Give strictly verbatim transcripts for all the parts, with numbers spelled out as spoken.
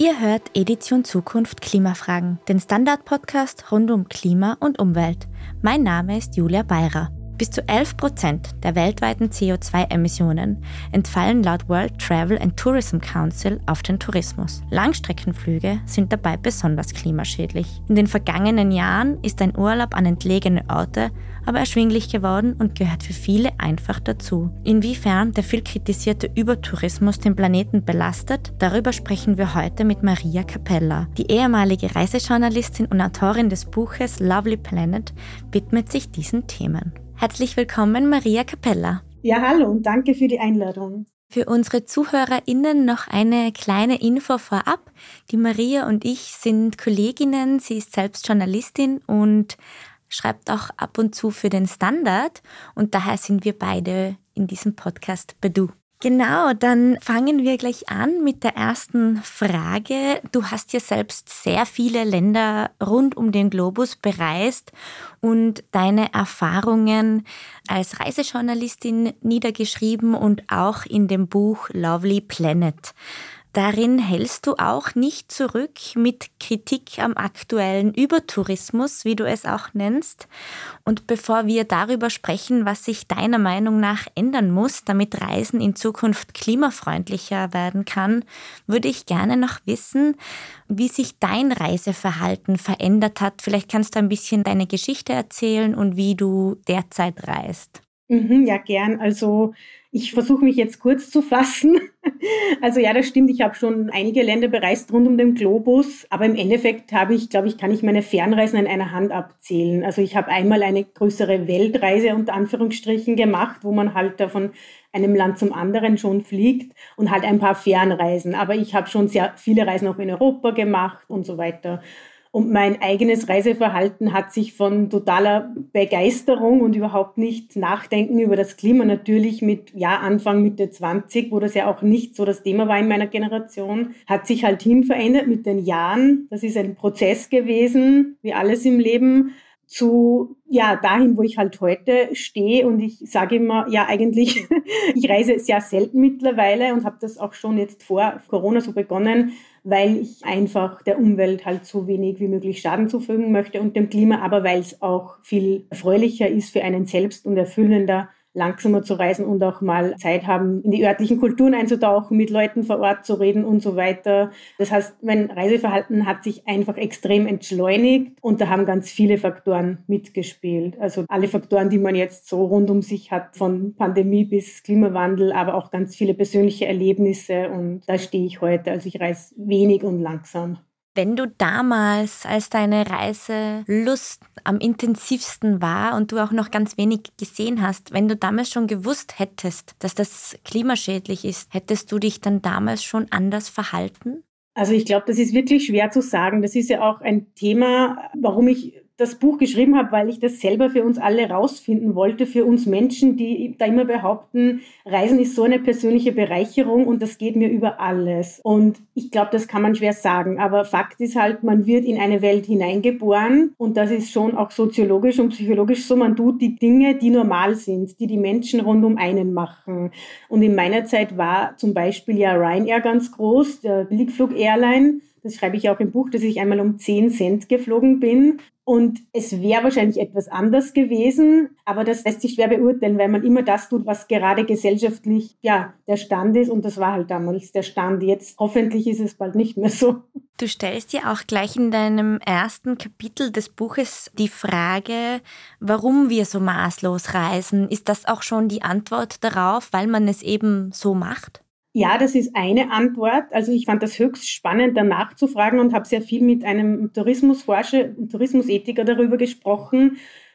Ihr hört Edition Zukunft Klimafragen, den Standard-Podcast rund um Klima und Umwelt. Mein Name ist Julia Beirer. Bis zu elf Prozent der weltweiten C O zwei Emissionen entfallen laut World Travel and Tourism Council auf den Tourismus. Langstreckenflüge sind dabei besonders klimaschädlich. In den vergangenen Jahren ist ein Urlaub an entlegene Orte aber erschwinglich geworden und gehört für viele einfach dazu. Inwiefern der viel kritisierte Übertourismus den Planeten belastet, darüber sprechen wir heute mit Maria Capella. Die ehemalige Reisejournalistin und Autorin des Buches Lovely Planet widmet sich diesen Themen. Herzlich willkommen, Maria Capella. Ja, hallo und danke für die Einladung. Für unsere ZuhörerInnen noch eine kleine Info vorab. Die Maria und ich sind Kolleginnen, sie ist selbst Journalistin und schreibt auch ab und zu für den Standard und daher sind wir beide in diesem Podcast bei Du. Genau, dann fangen wir gleich an mit der ersten Frage. Du hast ja selbst sehr viele Länder rund um den Globus bereist und deine Erfahrungen als Reisejournalistin niedergeschrieben und auch in dem Buch Lovely Planet. Darin hältst du auch nicht zurück mit Kritik am aktuellen Übertourismus, wie du es auch nennst. Und bevor wir darüber sprechen, was sich deiner Meinung nach ändern muss, damit Reisen in Zukunft klimafreundlicher werden kann, würde ich gerne noch wissen, wie sich dein Reiseverhalten verändert hat. Vielleicht kannst du ein bisschen deine Geschichte erzählen und wie du derzeit reist. Mhm, ja, gern. Also ich versuche mich jetzt kurz zu fassen. Also ja, das stimmt, ich habe schon einige Länder bereist rund um den Globus, aber im Endeffekt habe ich, glaube ich, kann ich meine Fernreisen an einer Hand abzählen. Also ich habe einmal eine größere Weltreise unter Anführungsstrichen gemacht, wo man halt da von einem Land zum anderen schon fliegt und halt ein paar Fernreisen. Aber ich habe schon sehr viele Reisen auch in Europa gemacht und so weiter. Und mein eigenes Reiseverhalten hat sich von totaler Begeisterung und überhaupt nicht Nachdenken über das Klima natürlich mit, ja, Anfang, Mitte zwanzig, wo das ja auch nicht so das Thema war in meiner Generation, hat sich halt hin verändert mit den Jahren. Das ist ein Prozess gewesen, wie alles im Leben, zu, ja, dahin, wo ich halt heute stehe. Und ich sage immer, ja, eigentlich, ich reise sehr selten mittlerweile und habe das auch schon jetzt vor Corona so begonnen, weil ich einfach der Umwelt halt so wenig wie möglich Schaden zufügen möchte und dem Klima, aber weil es auch viel erfreulicher ist für einen selbst und erfüllender, langsamer zu reisen und auch mal Zeit haben, in die örtlichen Kulturen einzutauchen, mit Leuten vor Ort zu reden und so weiter. Das heißt, mein Reiseverhalten hat sich einfach extrem entschleunigt und da haben ganz viele Faktoren mitgespielt. Also alle Faktoren, die man jetzt so rund um sich hat, von Pandemie bis Klimawandel, aber auch ganz viele persönliche Erlebnisse und da stehe ich heute. Also ich reise wenig und langsam. Wenn du damals, als deine Reiselust am intensivsten war und du auch noch ganz wenig gesehen hast, wenn du damals schon gewusst hättest, dass das klimaschädlich ist, hättest du dich dann damals schon anders verhalten? Also ich glaube, das ist wirklich schwer zu sagen. Das ist ja auch ein Thema, warum ich das Buch geschrieben habe, weil ich das selber für uns alle rausfinden wollte, für uns Menschen, die da immer behaupten, Reisen ist so eine persönliche Bereicherung und das geht mir über alles. Und ich glaube, das kann man schwer sagen. Aber Fakt ist halt, man wird in eine Welt hineingeboren und das ist schon auch soziologisch und psychologisch so. Man tut die Dinge, die normal sind, die die Menschen rund um einen machen. Und in meiner Zeit war zum Beispiel ja Ryanair ganz groß, der Billigflug-Airline. Das schreibe ich auch im Buch, dass ich einmal um zehn Cent geflogen bin. Und es wäre wahrscheinlich etwas anders gewesen, aber das lässt sich schwer beurteilen, weil man immer das tut, was gerade gesellschaftlich, ja, der Stand ist. Und das war halt damals der Stand. Jetzt hoffentlich ist es bald nicht mehr so. Du stellst dir auch gleich in deinem ersten Kapitel des Buches die Frage, warum wir so maßlos reisen. Ist das auch schon die Antwort darauf, weil man es eben so macht? Ja, das ist eine Antwort. Also ich fand das höchst spannend, danach zu fragen und habe sehr viel mit einem Tourismusforscher, Tourismusethiker darüber gesprochen.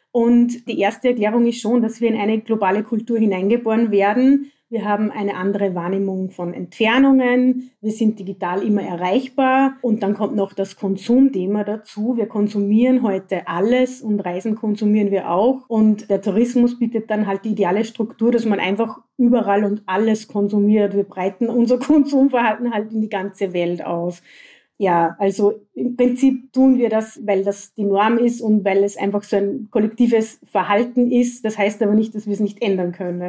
Und die erste Erklärung ist schon, dass wir in eine globale Kultur hineingeboren werden. Wir haben eine andere Wahrnehmung von Entfernungen. Wir sind digital immer erreichbar. Und dann kommt noch das Konsumthema dazu. Wir konsumieren heute alles und Reisen konsumieren wir auch. Und der Tourismus bietet dann halt die ideale Struktur, dass man einfach überall und alles konsumiert. Wir breiten unser Konsumverhalten halt in die ganze Welt aus. Ja, also im Prinzip tun wir das, weil das die Norm ist und weil es einfach so ein kollektives Verhalten ist. Das heißt aber nicht, dass wir es nicht ändern können.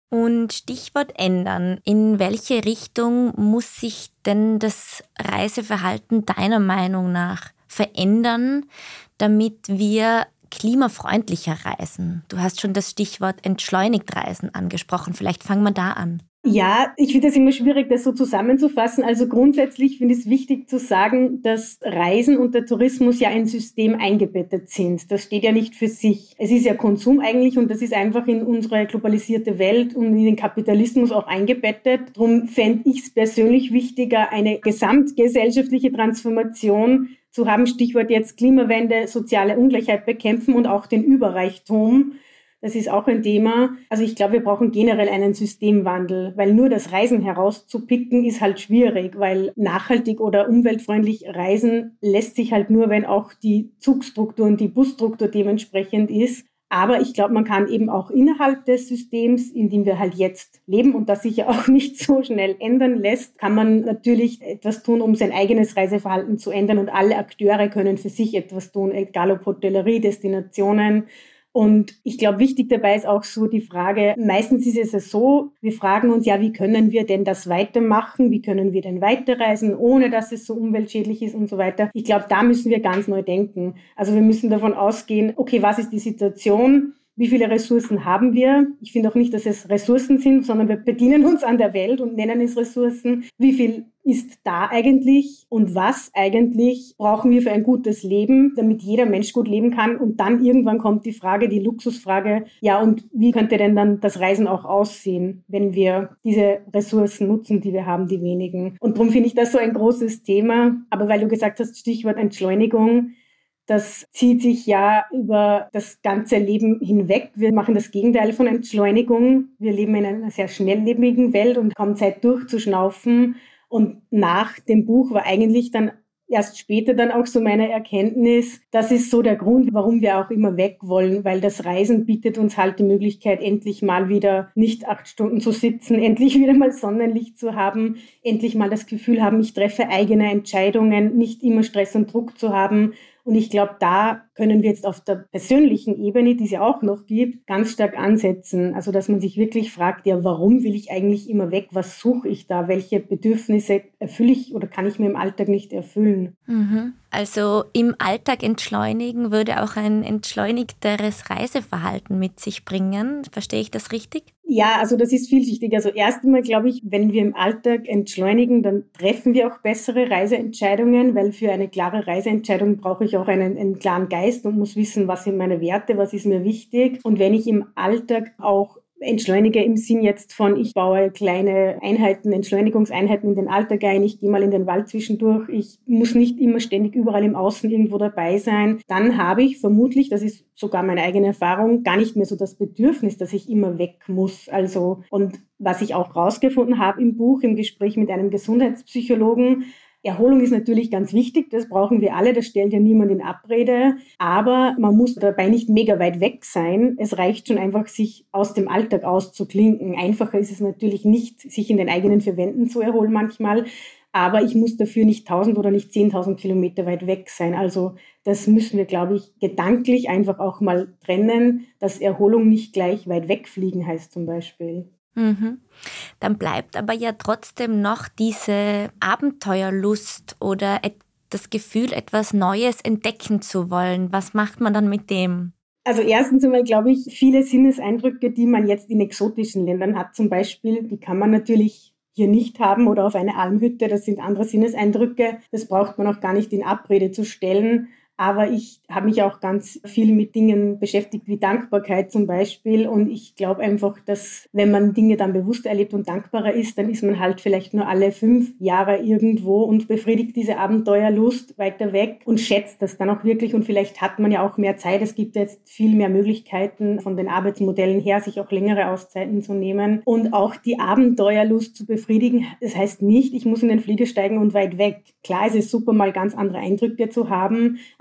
Und Stichwort ändern. In welche Richtung muss sich denn das Reiseverhalten deiner Meinung nach verändern, damit wir klimafreundlicher reisen? Du hast schon das Stichwort entschleunigt reisen angesprochen. Vielleicht fangen wir da an. Ja, ich finde es immer schwierig, das so zusammenzufassen. Also grundsätzlich finde ich es wichtig zu sagen, dass Reisen und der Tourismus ja in System eingebettet sind. Das steht ja nicht für sich. Es ist ja Konsum eigentlich und das ist einfach in unsere globalisierte Welt und in den Kapitalismus auch eingebettet. Darum fände ich es persönlich wichtiger, eine gesamtgesellschaftliche Transformation zu haben. Stichwort jetzt Klimawende, soziale Ungleichheit bekämpfen und auch den Überreichtum. Das ist auch ein Thema. Also ich glaube, wir brauchen generell einen Systemwandel, weil nur das Reisen herauszupicken ist halt schwierig, weil nachhaltig oder umweltfreundlich reisen lässt sich halt nur, wenn auch die Zugstruktur und die Busstruktur dementsprechend ist. Aber ich glaube, man kann eben auch innerhalb des Systems, in dem wir halt jetzt leben und das sich ja auch nicht so schnell ändern lässt, kann man natürlich etwas tun, um sein eigenes Reiseverhalten zu ändern und alle Akteure können für sich etwas tun, egal ob Hotellerie, Destinationen. Und ich glaube, wichtig dabei ist auch so die Frage, meistens ist es ja so, wir fragen uns ja, wie können wir denn das weitermachen? Wie können wir denn weiterreisen, ohne dass es so umweltschädlich ist und so weiter? Ich glaube, da müssen wir ganz neu denken. Also wir müssen davon ausgehen, okay, was ist die Situation? Wie viele Ressourcen haben wir? Ich finde auch nicht, dass es Ressourcen sind, sondern wir bedienen uns an der Welt und nennen es Ressourcen. Wie viel ist da eigentlich und was eigentlich brauchen wir für ein gutes Leben, damit jeder Mensch gut leben kann? Und dann irgendwann kommt die Frage, die Luxusfrage, ja, und wie könnte denn dann das Reisen auch aussehen, wenn wir diese Ressourcen nutzen, die wir haben, die wenigen? Und darum finde ich das so ein großes Thema. Aber weil du gesagt hast, Stichwort Entschleunigung, das zieht sich ja über das ganze Leben hinweg. Wir machen das Gegenteil von Entschleunigung. Wir leben in einer sehr schnelllebigen Welt und haben Zeit durchzuschnaufen. Und nach dem Buch war eigentlich dann erst später dann auch so meine Erkenntnis, das ist so der Grund, warum wir auch immer weg wollen, weil das Reisen bietet uns halt die Möglichkeit, endlich mal wieder nicht acht Stunden zu sitzen, endlich wieder mal Sonnenlicht zu haben, endlich mal das Gefühl haben, ich treffe eigene Entscheidungen, nicht immer Stress und Druck zu haben. Und ich glaube, da können wir jetzt auf der persönlichen Ebene, die es ja auch noch gibt, ganz stark ansetzen. Also, dass man sich wirklich fragt, ja, warum will ich eigentlich immer weg? Was suche ich da? Welche Bedürfnisse erfülle ich oder kann ich mir im Alltag nicht erfüllen? Mhm. Also im Alltag entschleunigen würde auch ein entschleunigteres Reiseverhalten mit sich bringen. Verstehe ich das richtig? Ja, also das ist vielschichtig. Also erst einmal glaube ich, wenn wir im Alltag entschleunigen, dann treffen wir auch bessere Reiseentscheidungen, weil für eine klare Reiseentscheidung brauche ich auch einen, einen klaren Geist und muss wissen, was sind meine Werte, was ist mir wichtig. Und wenn ich im Alltag auch entschleunige im Sinn jetzt von, ich baue kleine Einheiten, Entschleunigungseinheiten in den Alltag ein, ich gehe mal in den Wald zwischendurch, ich muss nicht immer ständig überall im Außen irgendwo dabei sein, dann habe ich vermutlich, das ist sogar meine eigene Erfahrung, gar nicht mehr so das Bedürfnis, dass ich immer weg muss. Also, und was ich auch rausgefunden habe im Buch, im Gespräch mit einem Gesundheitspsychologen, Erholung ist natürlich ganz wichtig, das brauchen wir alle, das stellt ja niemand in Abrede, aber man muss dabei nicht mega weit weg sein. Es reicht schon einfach, sich aus dem Alltag auszuklinken. Einfacher ist es natürlich nicht, sich in den eigenen vier Wänden zu erholen manchmal, aber ich muss dafür nicht tausend oder nicht zehntausend Kilometer weit weg sein. Also das müssen wir, glaube ich, gedanklich einfach auch mal trennen, dass Erholung nicht gleich weit wegfliegen heißt zum Beispiel. Mhm. Dann bleibt aber ja trotzdem noch diese Abenteuerlust oder das Gefühl, etwas Neues entdecken zu wollen. Was macht man dann mit dem? Also erstens einmal glaube ich, viele Sinneseindrücke, die man jetzt in exotischen Ländern hat zum Beispiel, die kann man natürlich hier nicht haben oder auf eine Almhütte. Das sind andere Sinneseindrücke. Das braucht man auch gar nicht in Abrede zu stellen. Aber ich habe mich auch ganz viel mit Dingen beschäftigt, wie Dankbarkeit zum Beispiel. Und ich glaube einfach, dass wenn man Dinge dann bewusst erlebt und dankbarer ist, dann ist man halt vielleicht nur alle fünf Jahre irgendwo und befriedigt diese Abenteuerlust weiter weg und schätzt das dann auch wirklich. Und vielleicht hat man ja auch mehr Zeit. Es gibt jetzt viel mehr Möglichkeiten von den Arbeitsmodellen her, sich auch längere Auszeiten zu nehmen und auch die Abenteuerlust zu befriedigen. Das heißt nicht, ich muss in den Flieger steigen und weit weg. Klar, es ist super, mal ganz andere Eindrücke zu haben, aber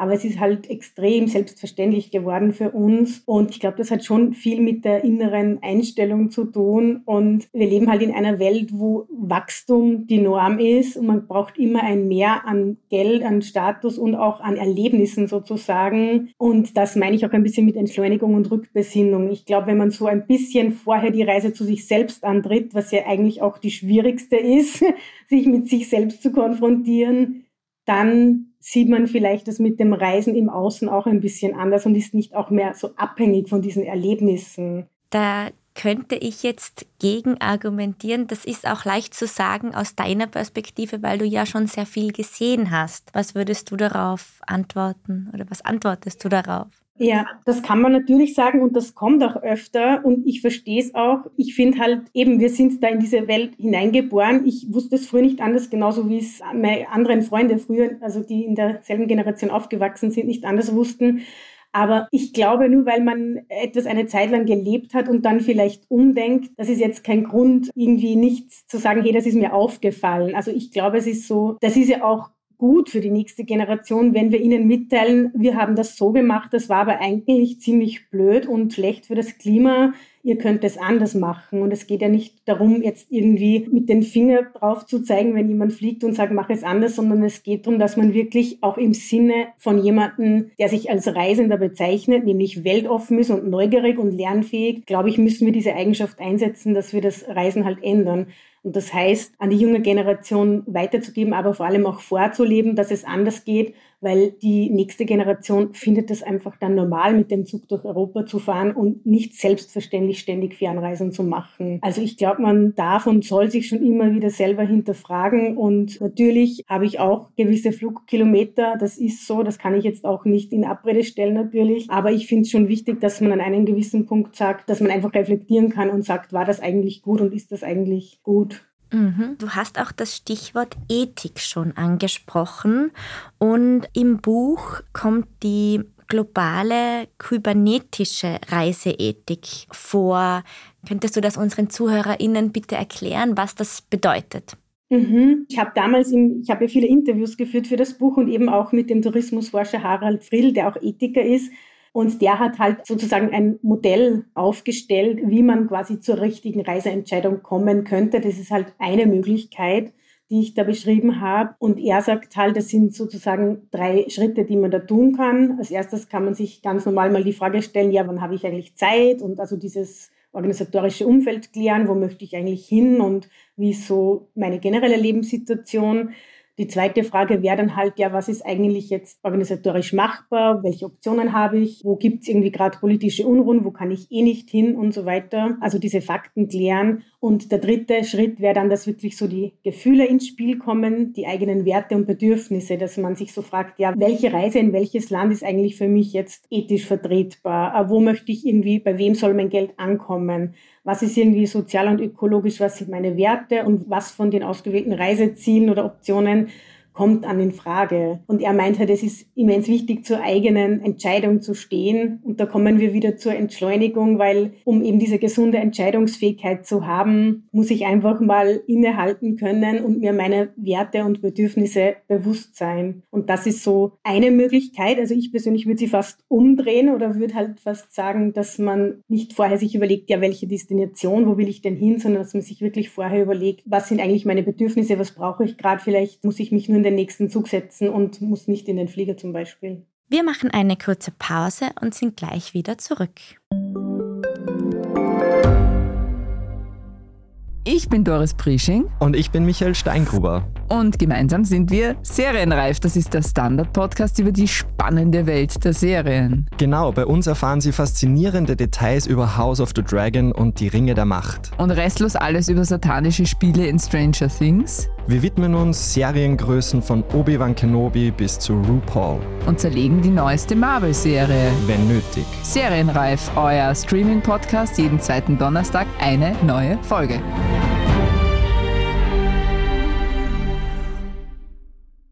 aber es ist halt extrem selbstverständlich geworden für uns. Und ich glaube, das hat schon viel mit der inneren Einstellung zu tun. Und wir leben halt in einer Welt, wo Wachstum die Norm ist und man braucht immer ein Mehr an Geld, an Status und auch an Erlebnissen sozusagen. Und das meine ich auch ein bisschen mit Entschleunigung und Rückbesinnung. Ich glaube, wenn man so ein bisschen vorher die Reise zu sich selbst antritt, was ja eigentlich auch die schwierigste ist, sich mit sich selbst zu konfrontieren, dann sieht man vielleicht das mit dem Reisen im Außen auch ein bisschen anders und ist nicht auch mehr so abhängig von diesen Erlebnissen. Da könnte ich jetzt gegen argumentieren, das ist auch leicht zu sagen aus deiner Perspektive, weil du ja schon sehr viel gesehen hast. Was würdest du darauf antworten oder was antwortest du darauf? Ja, das kann man natürlich sagen und das kommt auch öfter und ich verstehe es auch. Ich finde halt eben, wir sind da in diese Welt hineingeboren. Ich wusste es früher nicht anders, genauso wie es meine anderen Freunde früher, also die in derselben Generation aufgewachsen sind, nicht anders wussten. Aber ich glaube, nur weil man etwas eine Zeit lang gelebt hat und dann vielleicht umdenkt, das ist jetzt kein Grund, irgendwie nicht zu sagen, hey, das ist mir aufgefallen. Also ich glaube, es ist so, das ist ja auch gut für die nächste Generation, wenn wir ihnen mitteilen, wir haben das so gemacht, das war aber eigentlich ziemlich blöd und schlecht für das Klima, ihr könnt es anders machen. Und es geht ja nicht darum, jetzt irgendwie mit den Finger drauf zu zeigen, wenn jemand fliegt und sagt, mach es anders, sondern es geht darum, dass man wirklich auch im Sinne von jemandem, der sich als Reisender bezeichnet, nämlich weltoffen ist und neugierig und lernfähig, glaube ich, müssen wir diese Eigenschaft einsetzen, dass wir das Reisen halt ändern. Und das heißt, an die junge Generation weiterzugeben, aber vor allem auch vorzuleben, dass es anders geht, weil die nächste Generation findet es einfach dann normal, mit dem Zug durch Europa zu fahren und nicht selbstverständlich ständig Fernreisen zu machen. Also ich glaube, man darf und soll sich schon immer wieder selber hinterfragen und natürlich habe ich auch gewisse Flugkilometer, das ist so, das kann ich jetzt auch nicht in Abrede stellen natürlich, aber ich finde es schon wichtig, dass man an einem gewissen Punkt sagt, dass man einfach reflektieren kann und sagt, war das eigentlich gut und ist das eigentlich gut? Mhm. Du hast auch das Stichwort Ethik schon angesprochen und im Buch kommt die globale kybernetische Reiseethik vor. Könntest du das unseren ZuhörerInnen bitte erklären, was das bedeutet? Mhm. Ich habe damals, im, ich habe ja viele Interviews geführt für das Buch und eben auch mit dem Tourismusforscher Harald Friedl, der auch Ethiker ist. Und der hat halt sozusagen ein Modell aufgestellt, wie man quasi zur richtigen Reiseentscheidung kommen könnte. Das ist halt eine Möglichkeit, die ich da beschrieben habe. Und er sagt halt, das sind sozusagen drei Schritte, die man da tun kann. Als erstes kann man sich ganz normal mal die Frage stellen, ja, wann habe ich eigentlich Zeit? Und also dieses organisatorische Umfeld klären, wo möchte ich eigentlich hin und wie ist so meine generelle Lebenssituation? Die zweite Frage wäre dann halt, ja, was ist eigentlich jetzt organisatorisch machbar? Welche Optionen habe ich? Wo gibt es irgendwie gerade politische Unruhen? Wo kann ich eh nicht hin und so weiter? Also diese Fakten klären. Und der dritte Schritt wäre dann, dass wirklich so die Gefühle ins Spiel kommen, die eigenen Werte und Bedürfnisse, dass man sich so fragt, ja, welche Reise in welches Land ist eigentlich für mich jetzt ethisch vertretbar? Wo möchte ich irgendwie, bei wem soll mein Geld ankommen? Was ist irgendwie sozial und ökologisch, was sind meine Werte und was von den ausgewählten Reisezielen oder Optionen kommt an in Frage. Und er meint halt, es ist immens wichtig, zur eigenen Entscheidung zu stehen. Und da kommen wir wieder zur Entschleunigung, weil um eben diese gesunde Entscheidungsfähigkeit zu haben, muss ich einfach mal innehalten können und mir meine Werte und Bedürfnisse bewusst sein. Und das ist so eine Möglichkeit. Also ich persönlich würde sie fast umdrehen oder würde halt fast sagen, dass man nicht vorher sich überlegt, ja, welche Destination, wo will ich denn hin, sondern dass man sich wirklich vorher überlegt, was sind eigentlich meine Bedürfnisse, was brauche ich gerade, vielleicht muss ich mich nur in den nächsten Zug setzen und muss nicht in den Flieger zum Beispiel. Wir machen eine kurze Pause und sind gleich wieder zurück. Ich bin Doris Prisching. Und ich bin Michael Steingruber. Und gemeinsam sind wir Serienreif. Das ist der Standard-Podcast über die spannende Welt der Serien. Genau, bei uns erfahren Sie faszinierende Details über House of the Dragon und die Ringe der Macht. Und restlos alles über satanische Spiele in Stranger Things. Wir widmen uns Seriengrößen von Obi-Wan Kenobi bis zu RuPaul. Und zerlegen die neueste Marvel-Serie. Wenn nötig. Serienreif, euer Streaming-Podcast, jeden zweiten Donnerstag eine neue Folge.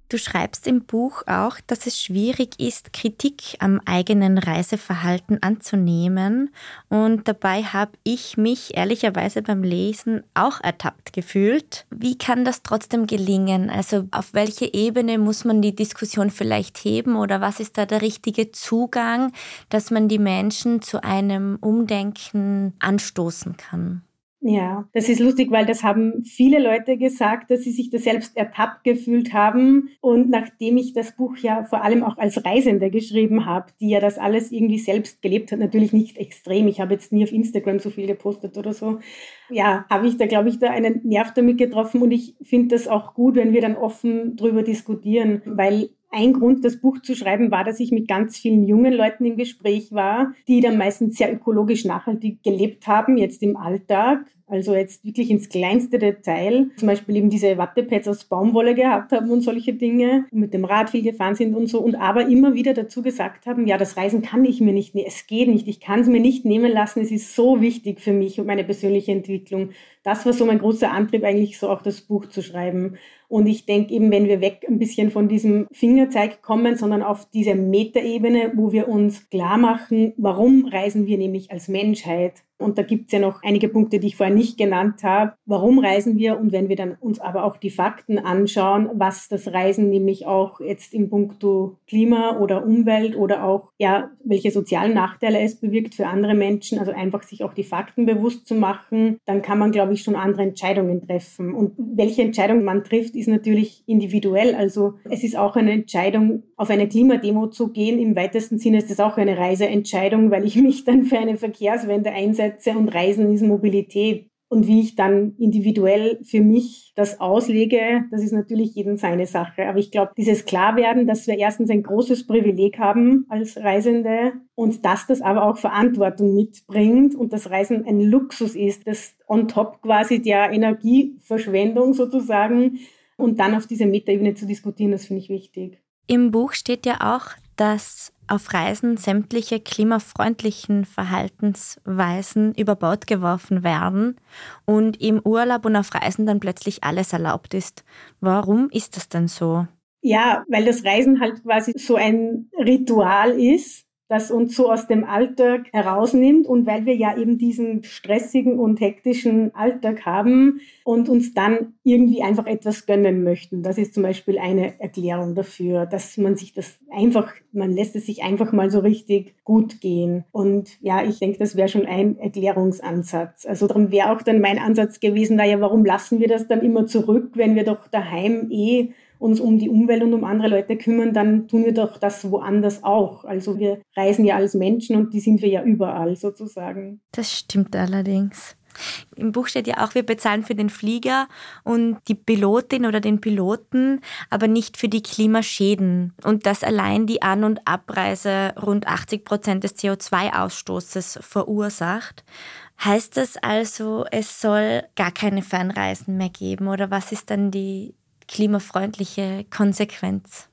Du schreibst im Buch auch, dass es schwierig ist, Kritik am eigenen Reiseverhalten anzunehmen. Und dabei habe ich mich ehrlicherweise beim Lesen auch ertappt gefühlt. Wie kann das trotzdem gelingen? Also auf welche Ebene muss man die Diskussion vielleicht heben oder was ist da der richtige Zugang, dass man die Menschen zu einem Umdenken anstoßen kann? Ja, das ist lustig, weil das haben viele Leute gesagt, dass sie sich da selbst ertappt gefühlt haben. Und nachdem ich das Buch ja vor allem auch als Reisende geschrieben habe, die ja das alles irgendwie selbst gelebt hat, natürlich nicht extrem. Ich habe jetzt nie auf Instagram so viel gepostet oder so. Ja, habe ich da, glaube ich, da einen Nerv damit getroffen. Und ich finde das auch gut, wenn wir dann offen drüber diskutieren, weil ein Grund, das Buch zu schreiben, war, dass ich mit ganz vielen jungen Leuten im Gespräch war, die dann meistens sehr ökologisch nachhaltig gelebt haben, jetzt im Alltag. Also jetzt wirklich ins kleinste Detail. Zum Beispiel eben diese Wattepads aus Baumwolle gehabt haben und solche Dinge. Und mit dem Rad viel gefahren sind und so. Und aber immer wieder dazu gesagt haben, ja, das Reisen kann ich mir nicht, es geht nicht. Ich kann es mir nicht nehmen lassen. Es ist so wichtig für mich und meine persönliche Entwicklung. Das war so mein großer Antrieb, eigentlich so auch das Buch zu schreiben. Und ich denke eben, wenn wir weg ein bisschen von diesem Fingerzeig kommen, sondern auf diese Metaebene, wo wir uns klar machen, warum reisen wir nämlich als Menschheit? Und da gibt es ja noch einige Punkte, die ich vorher nicht genannt habe. Warum reisen wir? Und wenn wir dann uns aber auch die Fakten anschauen, was das Reisen nämlich auch jetzt in puncto Klima oder Umwelt oder auch, ja, welche sozialen Nachteile es bewirkt für andere Menschen, also einfach sich auch die Fakten bewusst zu machen, dann kann man, glaube ich, schon andere Entscheidungen treffen. Und welche Entscheidung man trifft, ist natürlich individuell. Also es ist auch eine Entscheidung, auf eine Klimademo zu gehen. Im weitesten Sinne ist das auch eine Reiseentscheidung, weil ich mich dann für eine Verkehrswende einsetze. Und Reisen ist Mobilität. Und wie ich dann individuell für mich das auslege, das ist natürlich jedem seine Sache. Aber ich glaube, dieses Klarwerden, dass wir erstens ein großes Privileg haben als Reisende und dass das aber auch Verantwortung mitbringt und das Reisen ein Luxus ist, das on top quasi der Energieverschwendung sozusagen und dann auf diese Metaebene zu diskutieren, das finde ich wichtig. Im Buch steht ja auch, dass auf Reisen sämtliche klimafreundlichen Verhaltensweisen über Bord geworfen werden und im Urlaub und auf Reisen dann plötzlich alles erlaubt ist. Warum ist das denn so? Ja, weil das Reisen halt quasi so ein Ritual ist, das uns so aus dem Alltag herausnimmt und weil wir ja eben diesen stressigen und hektischen Alltag haben und uns dann irgendwie einfach etwas gönnen möchten. Das ist zum Beispiel eine Erklärung dafür, dass man sich das einfach, man lässt es sich einfach mal so richtig gut gehen. Und ja, ich denke, das wäre schon ein Erklärungsansatz. Also darum wäre auch dann mein Ansatz gewesen, naja, warum lassen wir das dann immer zurück, wenn wir doch daheim eh uns um die Umwelt und um andere Leute kümmern, dann tun wir doch das woanders auch. Also wir reisen ja als Menschen und die sind wir ja überall sozusagen. Das stimmt allerdings. Im Buch steht ja auch, wir bezahlen für den Flieger und die Pilotin oder den Piloten, aber nicht für die Klimaschäden. Und dass allein die An- und Abreise rund achtzig Prozent des C O zwei Ausstoßes verursacht. Heißt das also, es soll gar keine Fernreisen mehr geben? Oder was ist dann die klimafreundliche Konsequenz?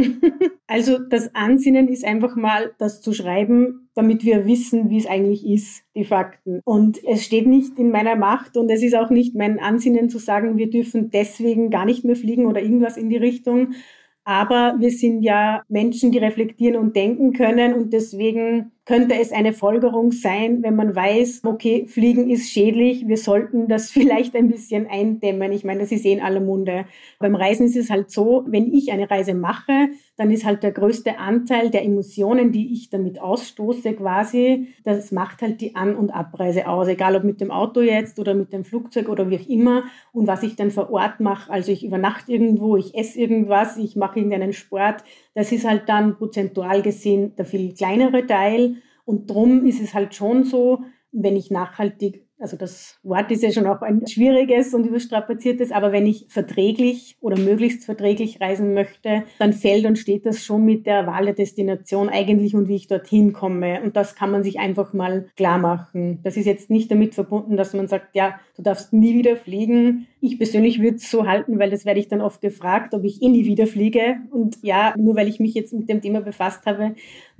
Also das Ansinnen ist einfach mal, das zu schreiben, damit wir wissen, wie es eigentlich ist, die Fakten. Und es steht nicht in meiner Macht und es ist auch nicht mein Ansinnen zu sagen, wir dürfen deswegen gar nicht mehr fliegen oder irgendwas in die Richtung. Aber wir sind ja Menschen, die reflektieren und denken können und deswegen könnte es eine Folgerung sein, wenn man weiß, okay, Fliegen ist schädlich, wir sollten das vielleicht ein bisschen eindämmen. Ich meine, das ist eh in aller Munde. Beim Reisen ist es halt so, wenn ich eine Reise mache, dann ist halt der größte Anteil der Emissionen, die ich damit ausstoße quasi, das macht halt die An- und Abreise aus, egal ob mit dem Auto jetzt oder mit dem Flugzeug oder wie auch immer. Und was ich dann vor Ort mache, also ich übernachte irgendwo, ich esse irgendwas, ich mache irgendeinen Sport, das ist halt dann prozentual gesehen der viel kleinere Teil. Und drum ist es halt schon so, wenn ich nachhaltig, also das Wort ist ja schon auch ein schwieriges und überstrapaziertes, aber wenn ich verträglich oder möglichst verträglich reisen möchte, dann fällt und steht das schon mit der Wahl der Destination eigentlich und wie ich dorthin komme. Und das kann man sich einfach mal klar machen. Das ist jetzt nicht damit verbunden, dass man sagt, ja, du darfst nie wieder fliegen. Ich persönlich würde es so halten, weil das werde ich dann oft gefragt, ob ich eh nie wieder fliege. Und ja, nur weil ich mich jetzt mit dem Thema befasst habe,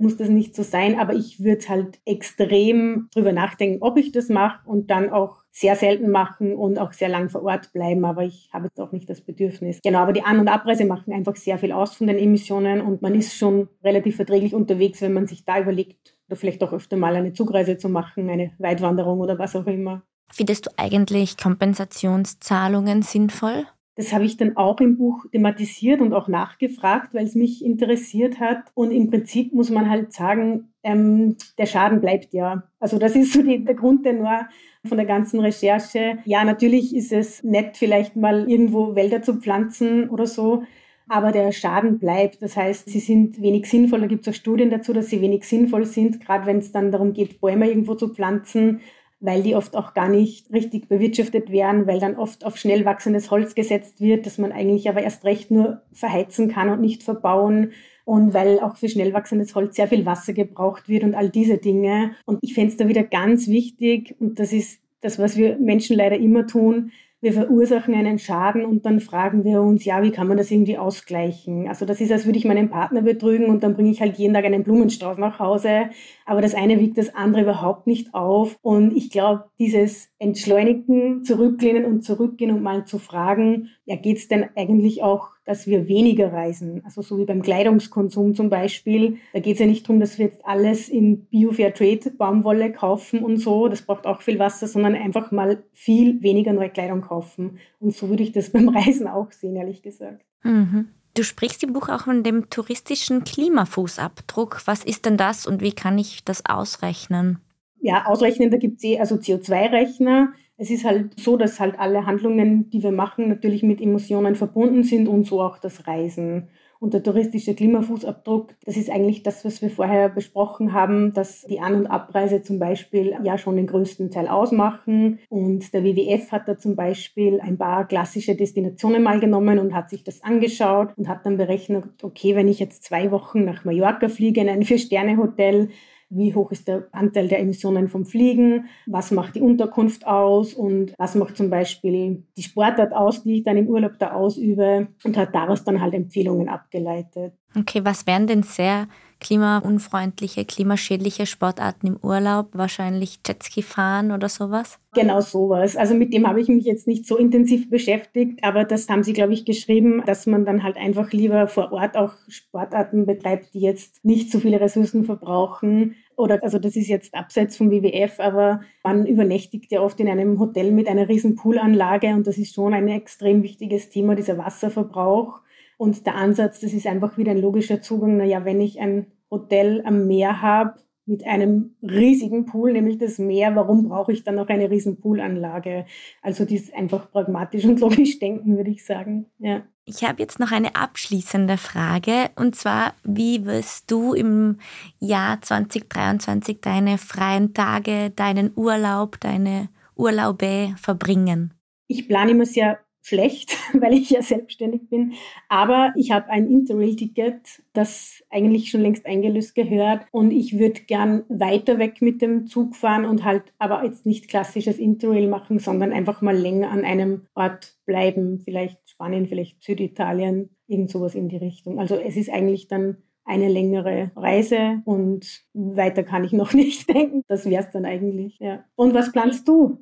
muss das nicht so sein, aber ich würde halt extrem drüber nachdenken, ob ich das mache und dann auch sehr selten machen und auch sehr lang vor Ort bleiben, aber ich habe jetzt auch nicht das Bedürfnis. Genau, aber die An- und Abreise machen einfach sehr viel aus von den Emissionen und man ist schon relativ verträglich unterwegs, wenn man sich da überlegt, oder vielleicht auch öfter mal eine Zugreise zu machen, eine Weitwanderung oder was auch immer. Findest du eigentlich Kompensationszahlungen sinnvoll? Das habe ich dann auch im Buch thematisiert und auch nachgefragt, weil es mich interessiert hat. Und im Prinzip muss man halt sagen, ähm, der Schaden bleibt ja. Also das ist so die, der Grundtenor von der ganzen Recherche. Ja, natürlich ist es nett, vielleicht mal irgendwo Wälder zu pflanzen oder so, aber der Schaden bleibt. Das heißt, sie sind wenig sinnvoll. Da gibt es auch Studien dazu, dass sie wenig sinnvoll sind, gerade wenn es dann darum geht, Bäume irgendwo zu pflanzen, weil die oft auch gar nicht richtig bewirtschaftet werden, weil dann oft auf schnell wachsendes Holz gesetzt wird, das man eigentlich aber erst recht nur verheizen kann und nicht verbauen. Und weil auch für schnell wachsendes Holz sehr viel Wasser gebraucht wird und all diese Dinge. Und ich fände es da wieder ganz wichtig, und das ist das, was wir Menschen leider immer tun, wir verursachen einen Schaden und dann fragen wir uns, ja, wie kann man das irgendwie ausgleichen? Also das ist, als würde ich meinen Partner betrügen und dann bringe ich halt jeden Tag einen Blumenstrauß nach Hause. Aber das eine wiegt das andere überhaupt nicht auf. Und ich glaube, dieses Entschleunigen, Zurücklehnen und Zurückgehen und mal zu fragen, ja, geht es denn eigentlich auch, dass wir weniger reisen? Also so wie beim Kleidungskonsum zum Beispiel. Da geht es ja nicht darum, dass wir jetzt alles in Bio-Fair-Trade Baumwolle kaufen und so. Das braucht auch viel Wasser, sondern einfach mal viel weniger neue Kleidung kaufen. Und so würde ich das beim Reisen auch sehen, ehrlich gesagt. Mhm. Du sprichst im Buch auch von dem touristischen Klimafußabdruck. Was ist denn das und wie kann ich das ausrechnen? Ja, ausrechnen, da gibt es eh also C O zwei Rechner. Es ist halt so, dass halt alle Handlungen, die wir machen, natürlich mit Emissionen verbunden sind und so auch das Reisen. Und der touristische Klimafußabdruck, das ist eigentlich das, was wir vorher besprochen haben, dass die An- und Abreise zum Beispiel ja schon den größten Teil ausmachen. Und der W W F hat da zum Beispiel ein paar klassische Destinationen mal genommen und hat sich das angeschaut und hat dann berechnet, okay, wenn ich jetzt zwei Wochen nach Mallorca fliege in ein Vier-Sterne-Hotel, wie hoch ist der Anteil der Emissionen vom Fliegen, was macht die Unterkunft aus und was macht zum Beispiel die Sportart aus, die ich dann im Urlaub da ausübe, und hat daraus dann halt Empfehlungen abgeleitet. Okay, was wären denn sehr klimaunfreundliche, klimaschädliche Sportarten im Urlaub? Wahrscheinlich Jetski fahren oder sowas? Genau sowas. Also mit dem habe ich mich jetzt nicht so intensiv beschäftigt, aber das haben sie, glaube ich, geschrieben, dass man dann halt einfach lieber vor Ort auch Sportarten betreibt, die jetzt nicht so viele Ressourcen verbrauchen. Oder, also das ist jetzt abseits vom W W F, aber man übernächtigt ja oft in einem Hotel mit einer riesen Poolanlage und das ist schon ein extrem wichtiges Thema, dieser Wasserverbrauch. Und der Ansatz, das ist einfach wieder ein logischer Zugang. Naja, wenn ich ein Hotel am Meer habe mit einem riesigen Pool, nämlich das Meer, warum brauche ich dann noch eine riesen Poolanlage? Also das ist einfach pragmatisch und logisch denken, würde ich sagen. Ja. Ich habe jetzt noch eine abschließende Frage, und zwar, wie wirst du im Jahr zwanzig dreiundzwanzig deine freien Tage, deinen Urlaub, deine Urlaube verbringen? Ich plane immer sehr schlecht, weil ich ja selbstständig bin. Aber ich habe ein Interrail-Ticket, das eigentlich schon längst eingelöst gehört. Und ich würde gern weiter weg mit dem Zug fahren und halt aber jetzt nicht klassisches Interrail machen, sondern einfach mal länger an einem Ort bleiben. Vielleicht Spanien, vielleicht Süditalien, irgend sowas in die Richtung. Also es ist eigentlich dann eine längere Reise und weiter kann ich noch nicht denken. Das wäre es dann eigentlich. Ja. Und was planst du?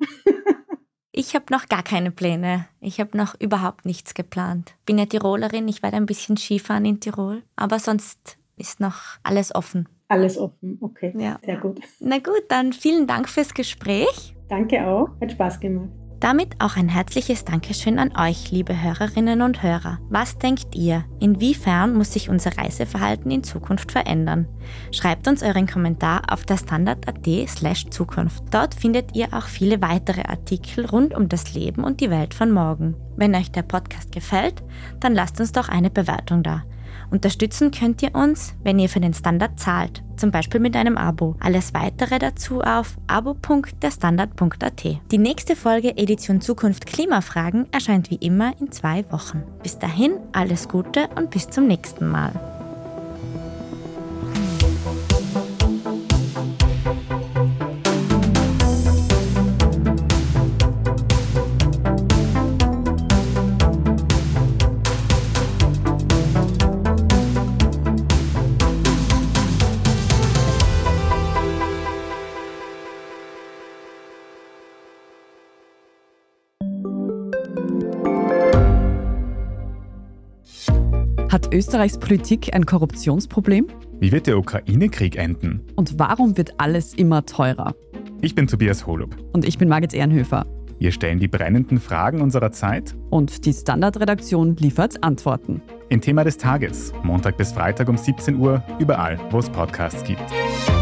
Ich habe noch gar keine Pläne. Ich habe noch überhaupt nichts geplant. Bin ja Tirolerin, ich werde ein bisschen Skifahren in Tirol, aber sonst ist noch alles offen. Alles offen, okay, ja. Sehr gut. Na gut, dann vielen Dank fürs Gespräch. Danke auch, hat Spaß gemacht. Damit auch ein herzliches Dankeschön an euch, liebe Hörerinnen und Hörer. Was denkt ihr? Inwiefern muss sich unser Reiseverhalten in Zukunft verändern? Schreibt uns euren Kommentar auf der standard.at slash Zukunft. Dort findet ihr auch viele weitere Artikel rund um das Leben und die Welt von morgen. Wenn euch der Podcast gefällt, dann lasst uns doch eine Bewertung da. Unterstützen könnt ihr uns, wenn ihr für den Standard zahlt, zum Beispiel mit einem Abo. Alles weitere dazu auf abo punkt der standard punkt at. Die nächste Folge Edition Zukunft Klimafragen erscheint wie immer in zwei Wochen. Bis dahin alles Gute und bis zum nächsten Mal. Hat Österreichs Politik ein Korruptionsproblem? Wie wird der Ukraine-Krieg enden? Und warum wird alles immer teurer? Ich bin Tobias Holub. Und ich bin Margit Ehrenhöfer. Wir stellen die brennenden Fragen unserer Zeit. Und die Standard-Redaktion liefert Antworten. Im Thema des Tages, Montag bis Freitag um siebzehn Uhr, überall, wo es Podcasts gibt.